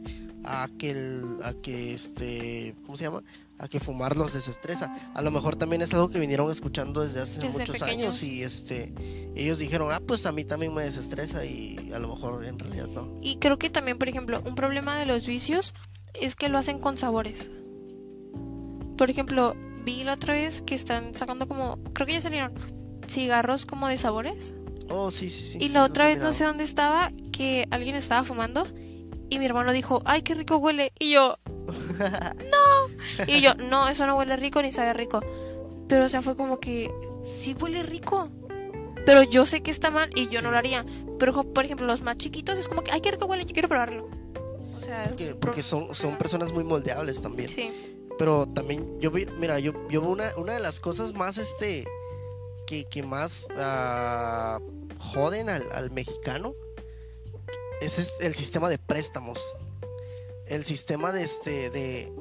¿cómo se llama? A que fumar los desestresa. A lo mejor también es algo que vinieron escuchando desde hace Desde muchos pequeños. años y ellos dijeron, pues a mí también me desestresa, y a lo mejor en realidad no. Y creo que también, por ejemplo, un problema de los vicios es que lo hacen con sabores. Por ejemplo, vi la otra vez que están sacando como, creo que ya salieron cigarros como de sabores. Oh, sí, sí, sí. Y sí, la los otra he vez no mirado. sé dónde estaba, que alguien estaba fumando y mi hermano dijo, ay, qué rico huele. Y yo, no. Y yo, no, eso no huele rico ni sabe rico. Pero o sea, fue como que sí huele rico, pero yo sé que está mal y yo no Sí. lo haría. Pero por ejemplo, los más chiquitos es como que, ay, qué rico huele, yo quiero probarlo. O sea, Porque son personas muy moldeables también. sí. Pero también yo vi, mira, yo veo una de las cosas más que más joden al mexicano es el sistema de préstamos. El sistema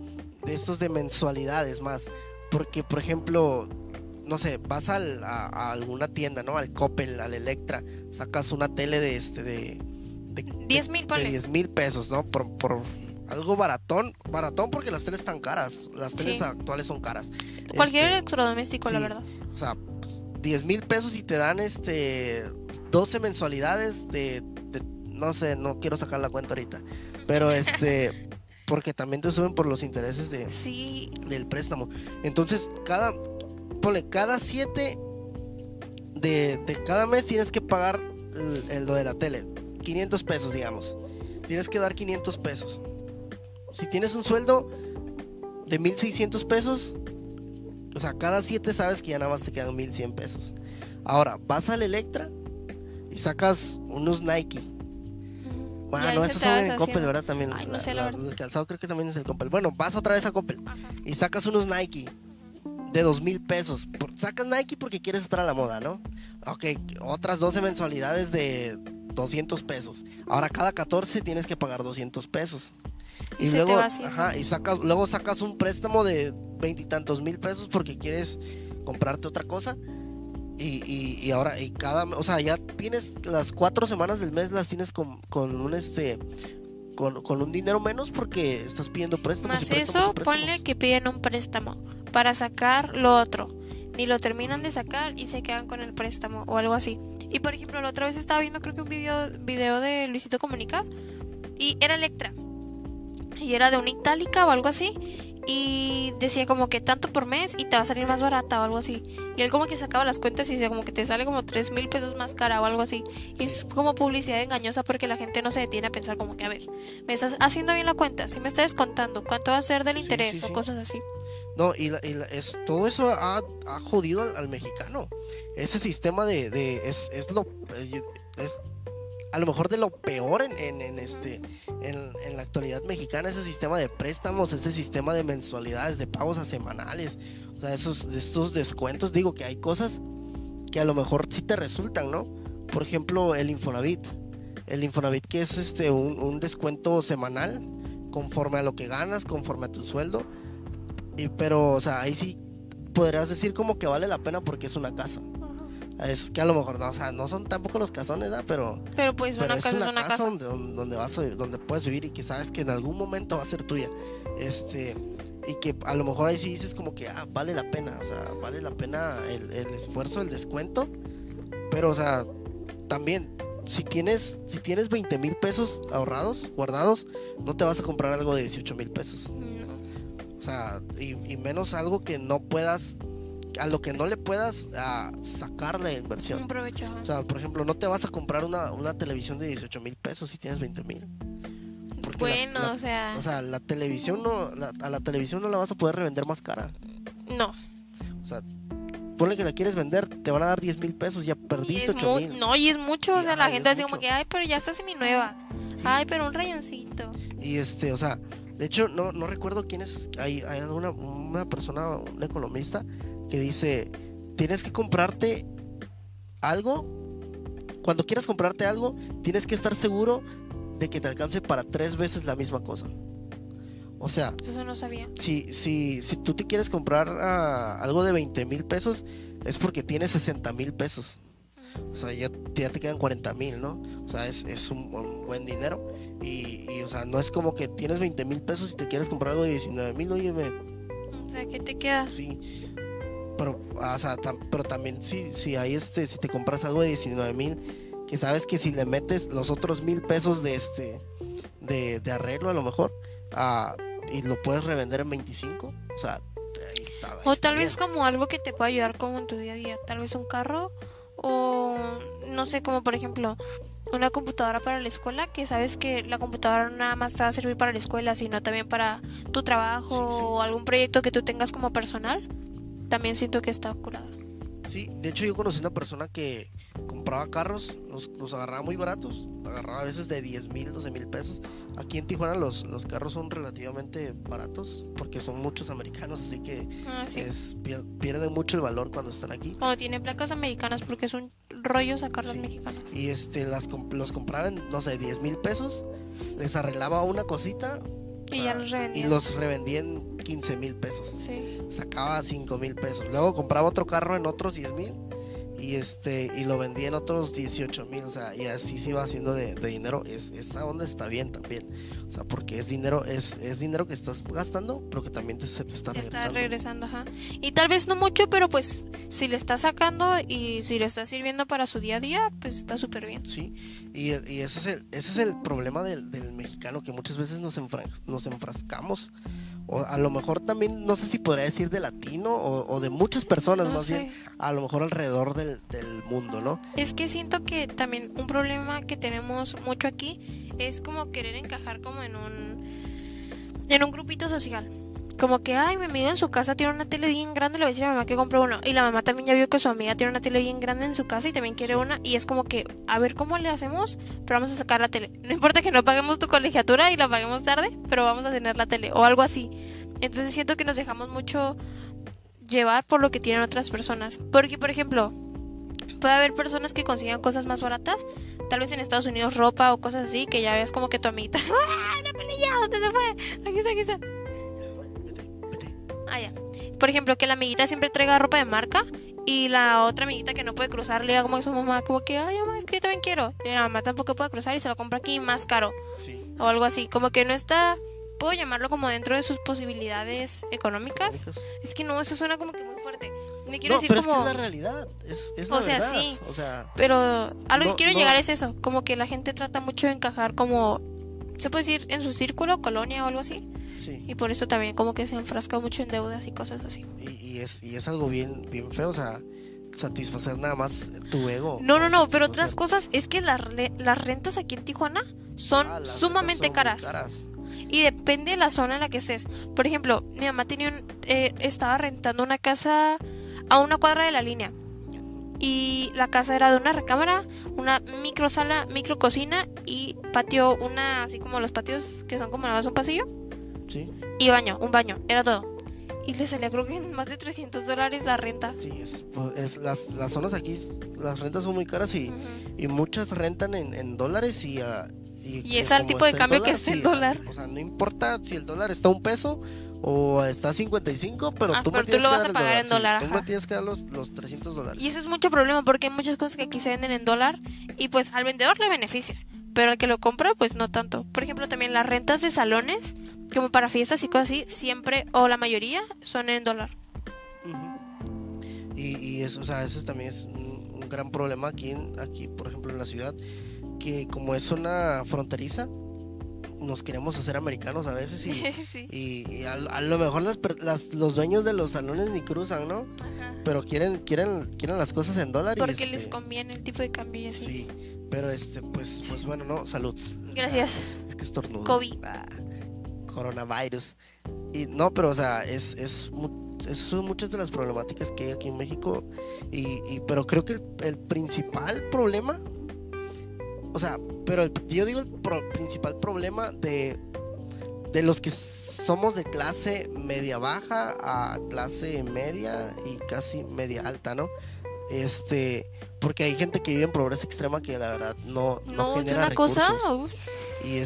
de estos de mensualidades más. Porque, por ejemplo, no sé, vas a alguna tienda, ¿no? Al Coppel, al Electra, sacas una tele de 10,000, de ponle. 10,000 pesos, ¿no? Por algo baratón, baratón porque las teles están caras, las teles Sí. actuales son caras. Cualquier electrodoméstico, la Sí, verdad. o sea, 10,000 pesos y te dan 12 mensualidades no sé, no quiero sacar la cuenta ahorita, pero porque también te suben por los intereses Sí. del préstamo. Entonces, ponle, cada 7 de cada mes tienes que pagar lo de la tele, 500 pesos, digamos. Tienes que dar 500 pesos. Si tienes un sueldo de 1,600 pesos, o sea, cada 7 sabes que ya nada más te quedan 1,100 pesos. Ahora, vas al Electra y sacas unos Nike. Y Bueno, ahí no, se esos te son va en Coppel, deshaciendo. ¿verdad? También. Ay, no sé, la verdad. El calzado creo que también es el Coppel. Bueno, vas otra vez a Coppel Ajá. y sacas unos Nike de 2,000 pesos. Sacas Nike porque quieres estar a la moda, ¿no? Ok, otras 12 mensualidades de 200 pesos. Ahora cada 14 tienes que pagar 200 pesos. Y Y se te luego, va haciendo. ajá, luego sacas un préstamo de 20 y tantos mil pesos porque quieres comprarte otra cosa. Y ahora, o sea, ya tienes las 4 semanas del mes, las tienes con un dinero menos porque estás pidiendo préstamos y Más préstamos y eso, préstamos. ponle que piden un préstamo para sacar lo otro. Ni lo terminan de sacar y se quedan con el préstamo o algo así. Y por ejemplo, la otra vez estaba viendo creo que un video de Luisito Comunica y era Electra. Y era de una itálica o algo así. Y decía como que tanto por mes y te va a salir más barata o algo así. Y él como que sacaba las cuentas y decía como que te sale como 3,000 pesos más cara o algo así. Y es como publicidad engañosa porque la gente no se detiene a pensar como que, a ver, me estás haciendo bien la cuenta, si me estás descontando, ¿cuánto va a ser del Sí, interés sí, o sí. cosas así? No, todo eso ha jodido al mexicano. Ese sistema es a lo mejor de lo peor en la actualidad mexicana, ese sistema de préstamos, ese sistema de mensualidades, de pagos a semanales, o sea, estos descuentos. Digo que hay cosas que a lo mejor sí te resultan, ¿no? Por ejemplo, el Infonavit, que es un descuento semanal conforme a lo que ganas, conforme a tu sueldo. Pero, o sea, ahí sí podrías decir como que vale la pena porque es una casa. Es que a lo mejor no, o sea, no son tampoco los casones, ¿verdad? Pero pues Pero una es casa es una una casa casa. donde puedes vivir y que sabes que en algún momento va a ser tuya. Y que a lo mejor ahí sí dices como que vale la pena, o sea, vale la pena el esfuerzo, el descuento. Pero, o sea, también, si tienes 20,000 pesos ahorrados, guardados, no te vas a comprar algo de 18,000 pesos. No. O sea, y menos algo que no puedas, a lo que no le puedas sacar la inversión. Un provecho. Ajá. O sea, por ejemplo, no te vas a comprar una televisión de 18,000 pesos si tienes 20,000. Porque Bueno, o sea, la televisión a la televisión no la vas a poder revender más cara. no. O sea, ponle que la quieres vender, te van a dar 10,000 pesos, ya Y perdiste es 8,000. no, y es mucho, o Y, sea, la ajá, y gente es así como mucho. que, ay, pero ya está semi-nueva. Sí. Ay, pero un rayoncito. Y o sea, de hecho, no recuerdo quién es. Hay una persona, un economista, que dice: tienes que comprarte algo. Cuando quieras comprarte algo, tienes que estar seguro de que te alcance para 3 veces la misma cosa. O sea, Eso no sabía. si tú te quieres comprar algo de 20,000 pesos, es porque tienes 60,000 pesos. O sea, ya te quedan 40,000, ¿no? O sea, es un buen dinero. O sea, no es como que tienes 20,000 pesos y te quieres comprar algo de 19,000, oye, O sea, ¿qué te queda? sí. Pero, o sea, pero también si hay si te compras algo de 19,000, que sabes que si le metes los otros 1,000 pesos de arreglo a lo mejor, y lo puedes revender en 25, o sea, ahí está. O tal vez como algo que te pueda ayudar como en tu día a día. Tal vez un carro o no sé, como por ejemplo una computadora para la escuela, que sabes que la computadora no nada más te va a servir para la escuela, sino también para tu trabajo Sí. o algún proyecto que tú tengas como personal. También siento que está curada. Sí, de hecho yo conocí una persona que compraba carros, los agarraba muy baratos, agarraba a veces de 10,000, 12,000 pesos. Aquí en Tijuana los carros son relativamente baratos porque son muchos americanos, así que Sí. pierden mucho el valor cuando están aquí. Cuando tiene placas americanas, porque es un rollo sacarlas Sí. mexicanas. Y los compraba en, no sé, 10,000 pesos, les arreglaba una cosita Y ya los y revendían. los revendía en 15,000 pesos. Sí. Sacaba 5,000 pesos. Luego compraba otro carro en otros 10,000 y lo vendía en otros 18,000. O sea, y así se iba haciendo de dinero. Esa onda está bien también. O sea, porque es dinero que estás gastando, pero que también se te está Te está regresando. regresando, ajá. Y tal vez no mucho, pero pues si le está sacando y si le está sirviendo para su día a día, pues está súper bien. Sí, y ese es el problema del mexicano, que muchas veces nos enfrascamos, o a lo mejor también, no sé si podría decir de latino o de muchas personas, No más sé. bien, a lo mejor alrededor del mundo, ¿no? Es que siento que también un problema que tenemos mucho aquí es como querer encajar como en un grupito social. Como que, ay, mi amigo en su casa tiene una tele bien grande, le voy a decir a mi mamá que compre uno. Y la mamá también ya vio que su amiga tiene una tele bien grande en su casa y también quiere Sí. una. Y es como que, a ver cómo le hacemos, pero vamos a sacar la tele. No importa que no paguemos tu colegiatura y la paguemos tarde, pero vamos a tener la tele o algo así. Entonces siento que nos dejamos mucho llevar por lo que tienen otras personas. Porque, por ejemplo, puede haber personas que consigan cosas más baratas, tal vez en Estados Unidos ropa o cosas así, que ya ves como que tu amiguita, ¡ah, la pelilla! ¿Dónde se fue? Aquí está, aquí está. Vete. Ah, ya. Por ejemplo, que la amiguita siempre traiga ropa de marca y la otra amiguita que no puede cruzar le diga como a su mamá, como que, ay, mamá, es que yo también quiero. Y la mamá tampoco puede cruzar y se lo compra aquí más caro Sí. o algo así. Como que no está, puedo llamarlo como dentro de sus posibilidades económicas. Económicas. Es que no, eso suena como que muy fuerte. Me quiero No, decir pero como... es que es la realidad, es la O sea, verdad. sí. O sea, Pero a lo que No, quiero no. llegar es eso, como que la gente trata mucho de encajar como, se puede decir, en su círculo, colonia o algo así. sí. Y por eso también como que se enfrasca mucho en deudas y cosas así. Y es algo bien feo, o sea, satisfacer nada más tu ego. No, o pero otras satisfacer- cosas es que las rentas aquí en Tijuana son Ah, las sumamente rentas son muy caras. Y depende de la zona en la que estés. Por ejemplo, mi mamá estaba rentando una casa a una cuadra de la línea. Y la casa era de una recámara, una micro sala, micro cocina y patio, una así como los patios que son como nada más un pasillo. Sí, Y baño, un baño, era todo. Y le salía creo que en más de $300 la renta. sí, las zonas aquí, las rentas son muy caras Ujú. y muchas rentan en dólares Y es al como tipo de está el cambio que dólar, está el sí, dólar. o sea, no importa si el dólar está a $1 o está a 55, pero tú me Pero tú tienes lo que vas dar a el pagar dólar, en sí, dólar, tú ajá. me tienes que dar los $300. Y eso es mucho problema porque hay muchas cosas que aquí se venden en dólar y pues al vendedor le beneficia, pero al que lo compra pues no tanto. Por ejemplo, también las rentas de salones, como para fiestas y cosas así, siempre o la mayoría son en dólar. Ujú. Y eso, o sea, ese también es un gran problema aquí, por ejemplo, en la ciudad, que como es zona fronteriza, nos queremos hacer americanos a veces Sí. y a lo mejor los dueños de los salones ni cruzan, ¿no? Ajá. Pero quieren las cosas en dólar Porque y les conviene el tipo de cambio y así. sí, pero pues bueno, no, salud. Gracias. Es que estornudo. COVID. Coronavirus. Y no, pero o sea, esas son muchas de las problemáticas que hay aquí en México pero creo que el principal problema, o sea, pero yo digo el principal problema de los que somos de clase media baja a clase media y casi media alta, ¿no? Porque hay gente que vive en pobreza extrema que la verdad no No, es genera una recursos. cosa. Uf. Y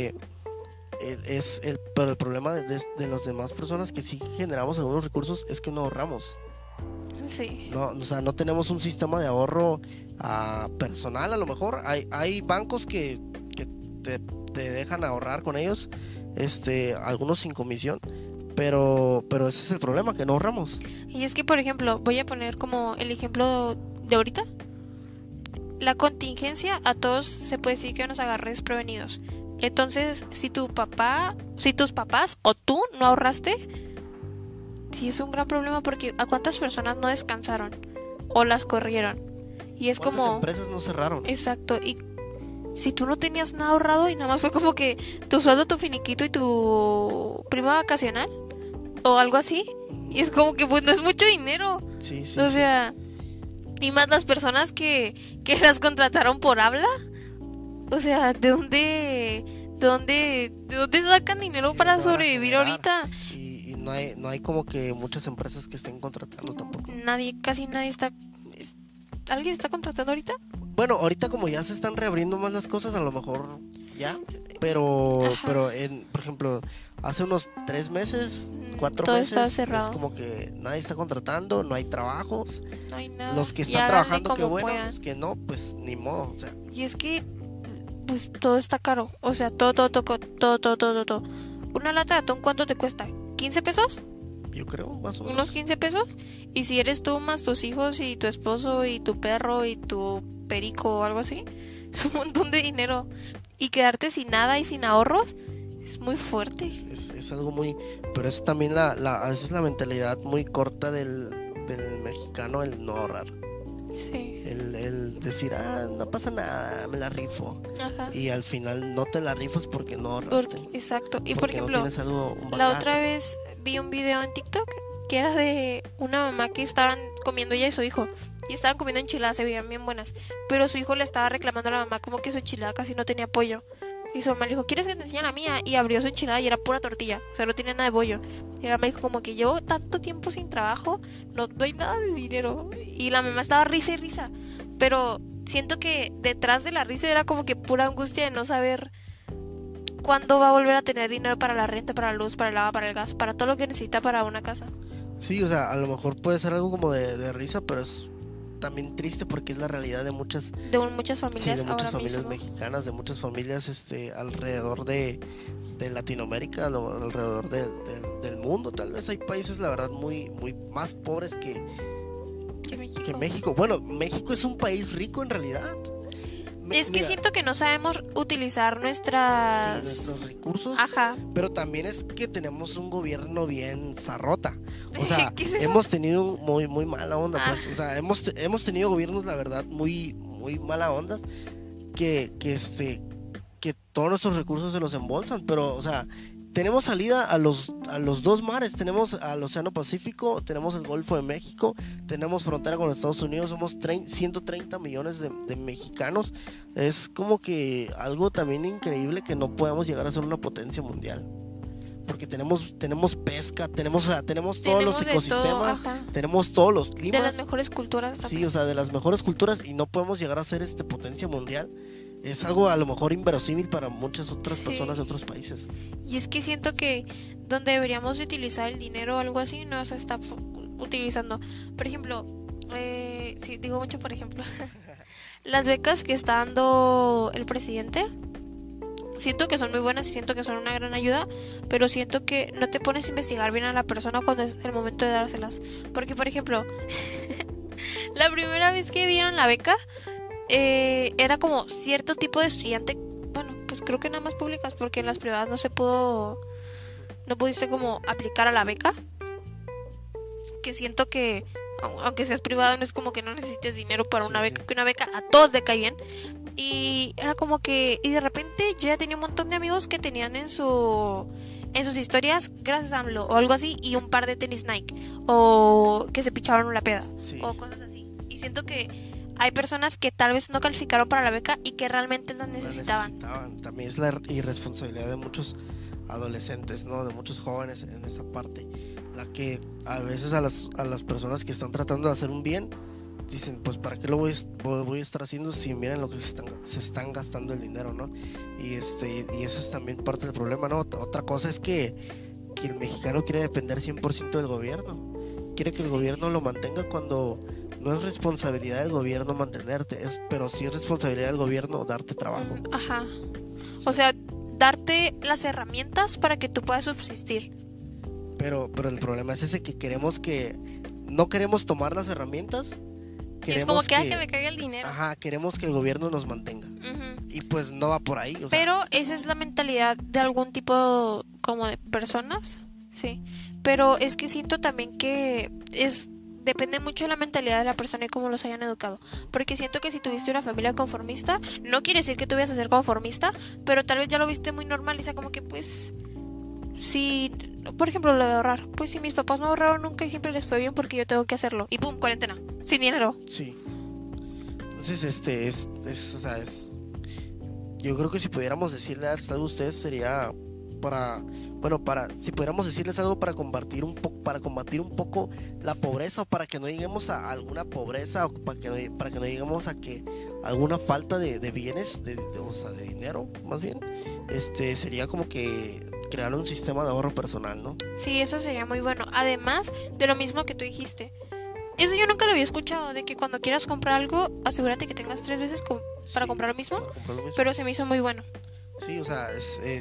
pero el problema de las demás personas que sí generamos algunos recursos es que no ahorramos. Sí. No, o sea, no tenemos un sistema de ahorro personal. A lo mejor hay bancos que te dejan ahorrar con ellos, algunos sin comisión, pero ese es el problema, que no ahorramos. Y es que, por ejemplo, voy a poner como el ejemplo de ahorita. La contingencia a todos se puede decir que nos agarre desprevenidos. Entonces, si tus papás o tú no ahorraste, sí es un gran problema porque ¿a cuántas personas no descansaron o las corrieron? Y es ¿Cuántas como... empresas no cerraron? Exacto, y si tú no tenías nada ahorrado y nada más fue como que tu sueldo, tu finiquito y tu prima vacacional o algo así, y es como que pues no es mucho dinero. Sí, O sea, y más las personas que las contrataron por habla. O sea, ¿de dónde sacan dinero Sí, para ¿dónde van a sobrevivir generar? ahorita? Y no hay como que muchas empresas que estén contratando tampoco. Casi nadie está... ¿Alguien está contratando ahorita? Bueno, ahorita como ya se están reabriendo más las cosas, a lo mejor ya, Ajá. pero por ejemplo, hace unos 3 meses, 4 meses, Todo está es cerrado. como que nadie está contratando, no hay trabajos. No hay nada. Los que Y están háganle trabajando, qué como bueno, puedan. los que no, pues ni modo, o sea, Y es que, pues todo está caro. O sea, todo. Una lata de atún, ¿cuánto te cuesta? ¿15 pesos? yo creo, más o ¿Unos menos. 15 pesos? Y si eres tú más tus hijos y tu esposo y tu perro y tu perico o algo así, es un montón de dinero. Y quedarte sin nada y sin ahorros es muy fuerte. Es algo muy, pero es también a veces la mentalidad muy corta del mexicano, el no ahorrar. Sí. El decir, no pasa nada, me la rifo. Ajá. Y al final no te la rifas porque no ahorraste. Exacto. Y por Porque no ejemplo, tienes algo, un la backup. otra vez vi un video en TikTok que era de una mamá que estaban comiendo ella y su hijo. Y estaban comiendo enchiladas, se veían bien buenas. Pero su hijo le estaba reclamando a la mamá como que su enchilada casi no tenía pollo. Y su mamá le dijo, ¿quieres que te enseñe la mía? Y abrió su enchilada y era pura tortilla. O sea, no tenía nada de bollo. Y la mamá dijo como que llevo tanto tiempo sin trabajo, no doy nada de dinero. Y la mamá estaba risa y risa. Pero siento que detrás de la risa era como que pura angustia de no saber cuándo va a volver a tener dinero para la renta, para la luz, para el agua, para el gas, para todo lo que necesita para una casa. Sí, o sea, a lo mejor puede ser algo como de risa, pero es también triste porque es la realidad de muchas, De muchas sí, de familias muchas ahora familias mismo. mexicanas, de muchas familias alrededor de Latinoamérica, alrededor del mundo. Tal vez hay países, la verdad, muy más pobres Que que México. México. Bueno, México es un país rico en realidad. Es que Mira, siento que no sabemos utilizar sí, nuestros nuestras... recursos, Ajá. pero también es que tenemos un gobierno bien zarrota. O sea, ¿Qué es eso? hemos tenido muy mala onda, Ah, pues. O sea, hemos tenido gobiernos, la verdad, muy mala onda, que todos nuestros recursos se los embolsan, pero, o sea, tenemos salida a los dos mares, tenemos al Océano Pacífico, tenemos el Golfo de México, tenemos frontera con Estados Unidos, somos 130 millones de mexicanos. Es como que algo también increíble que no podamos llegar a ser una potencia mundial. Porque tenemos pesca, o sea, tenemos todos los tenemos de todo, ecosistemas, ajá. tenemos todos los De las climas. mejores culturas Sí, también. o sea, de las mejores culturas y no podemos llegar a ser potencia mundial. Es algo a lo mejor inverosímil para muchas otras personas de Sí. otros países. Y es que siento que donde deberíamos de utilizar el dinero o algo así no se está utilizando. Por ejemplo, sí, digo mucho por ejemplo, las becas que está dando el presidente, siento que son muy buenas y siento que son una gran ayuda, pero siento que no te pones a investigar bien a la persona cuando es el momento de dárselas. Porque, por ejemplo, la primera vez que dieron la beca, era como cierto tipo de estudiante, bueno, pues creo que nada más públicas, porque en las privadas no pudiste como aplicar a la beca, que siento que aunque seas privado no es como que no necesites dinero para Sí, una sí. beca, que una beca a todos le cae bien. Y era como que, y de repente yo ya tenía un montón de amigos que tenían en sus historias gracias a AMLO o algo así, y un par de tenis Nike, o que se picharon la peda, Sí. o cosas así. Y siento que hay personas que tal vez no calificaron para la beca y que realmente las La necesitaban. necesitaban. También es la irresponsabilidad de muchos adolescentes, ¿no? De muchos jóvenes en esa parte. La que a veces a las personas que están tratando de hacer un bien, dicen, pues ¿para qué lo voy a estar haciendo si miren lo que se están gastando el dinero, ¿no? Y eso es también parte del problema, ¿no? Otra cosa es que el mexicano quiere depender 100% del gobierno. Quiere que el Sí. gobierno lo mantenga cuando no es responsabilidad del gobierno mantenerte, pero sí es responsabilidad del gobierno darte trabajo. Ajá. O sea, darte las herramientas para que tú puedas subsistir. Pero el problema es ese que no queremos tomar las herramientas, Y es como queremos que me caiga el dinero. ajá, queremos que el gobierno nos mantenga. Ujú. Y pues no va por ahí, o sea, Pero esa es la mentalidad de algún tipo como de personas, sí. Pero es que siento también que depende mucho de la mentalidad de la persona y cómo los hayan educado. Porque siento que si tuviste una familia conformista, no quiere decir que tú vayas a ser conformista, pero tal vez ya lo viste muy normal y sea como que pues si, por ejemplo, lo de ahorrar, pues si mis papás no ahorraron nunca y siempre les fue bien porque yo tengo que hacerlo. Y pum, cuarentena, sin dinero. sí. Entonces, o sea, yo creo que si pudiéramos decirle algo a ustedes sería para bueno, si pudiéramos decirles algo para combatir para combatir un poco la pobreza, o para que no lleguemos a alguna pobreza, o para que no lleguemos a que alguna falta de bienes, o sea, de dinero, más bien, sería como que crear un sistema de ahorro personal, ¿no? Sí, eso sería muy bueno. Además de lo mismo que tú dijiste. Eso yo nunca lo había escuchado, de que cuando quieras comprar algo, asegúrate que tengas 3 veces para Sí, comprar lo mismo. para comprar lo mismo. Pero se me hizo muy bueno. Sí, o sea,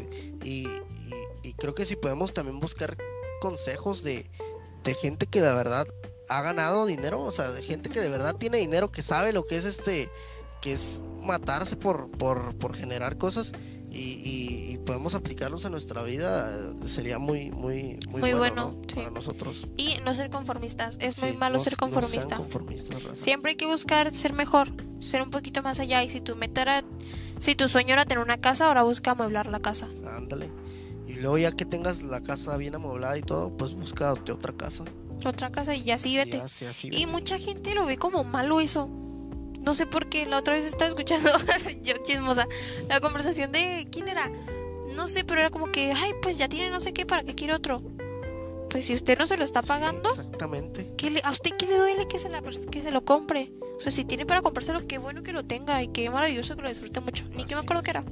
y creo que si podemos también buscar consejos de gente que de verdad ha ganado dinero, o sea, de gente que de verdad tiene dinero, que sabe lo que es que es matarse por generar cosas, y podemos aplicarlos a nuestra vida, sería muy bueno, ¿no? sí. Para nosotros. Y no ser conformistas. Es muy Sí, malo no, ser no conformista. sean conformistas, raza. Siempre hay que buscar ser mejor, ser un poquito más allá. Y si si tu sueño era tener una casa, ahora busca amueblar la casa. Ándale. Y luego ya que tengas la casa bien amueblada y todo, pues búscate otra casa. Otra casa y así vete. Así Y vete. mucha gente lo ve como malo eso. No sé por qué. La otra vez estaba escuchando, yo chismosa, la conversación de... ¿Quién era? No sé, pero era como que, ay, pues ya tiene no sé qué, ¿para qué quiere otro? Pues si usted no se lo está pagando, Sí, exactamente. ¿a usted qué le duele que se lo compre? O sea, si tiene para comprárselo, qué bueno que lo tenga y qué maravilloso que lo disfrute mucho. Ni que me Así acuerdo es. qué era.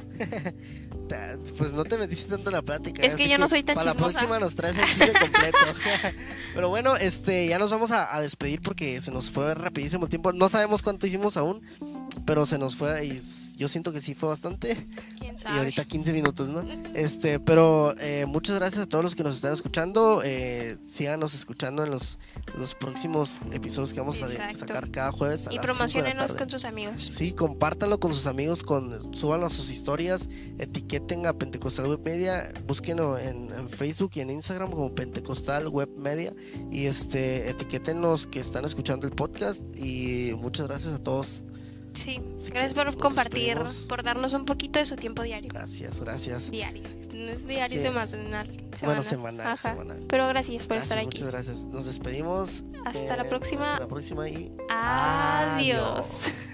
Pues no te metiste tanto en la plática. Es que así yo no soy tan para chismosa. la próxima nos traes el chisme completo. Pero bueno, ya nos vamos a despedir porque se nos fue rapidísimo el tiempo. No sabemos cuánto hicimos aún, pero se nos fue y yo siento que sí fue bastante. ¿Quién Y sabe? ahorita 15 minutos, ¿no? Pero muchas gracias a todos los que nos están escuchando. Síganos escuchando en los próximos episodios que vamos a Exacto. sacar cada jueves a Y las 5 de la promocionenos tarde. con sus amigos. Sí, compártanlo con sus amigos, súbanlo a sus historias, etiqueten a Pentecostal Web Media, búsquenlo en Facebook y en Instagram como Pentecostal Web Media, y etiqueten los que están escuchando el podcast, y muchas gracias a todos. Sí, Así gracias que por nos compartir, despedimos. por darnos un poquito de su tiempo diario. Gracias. Diario, no es diario, que- semanal. Bueno, semanal. Ajá. semanal. Pero gracias por estar aquí. Muchas gracias. Nos despedimos. Hasta la próxima. Hasta la próxima y Adiós.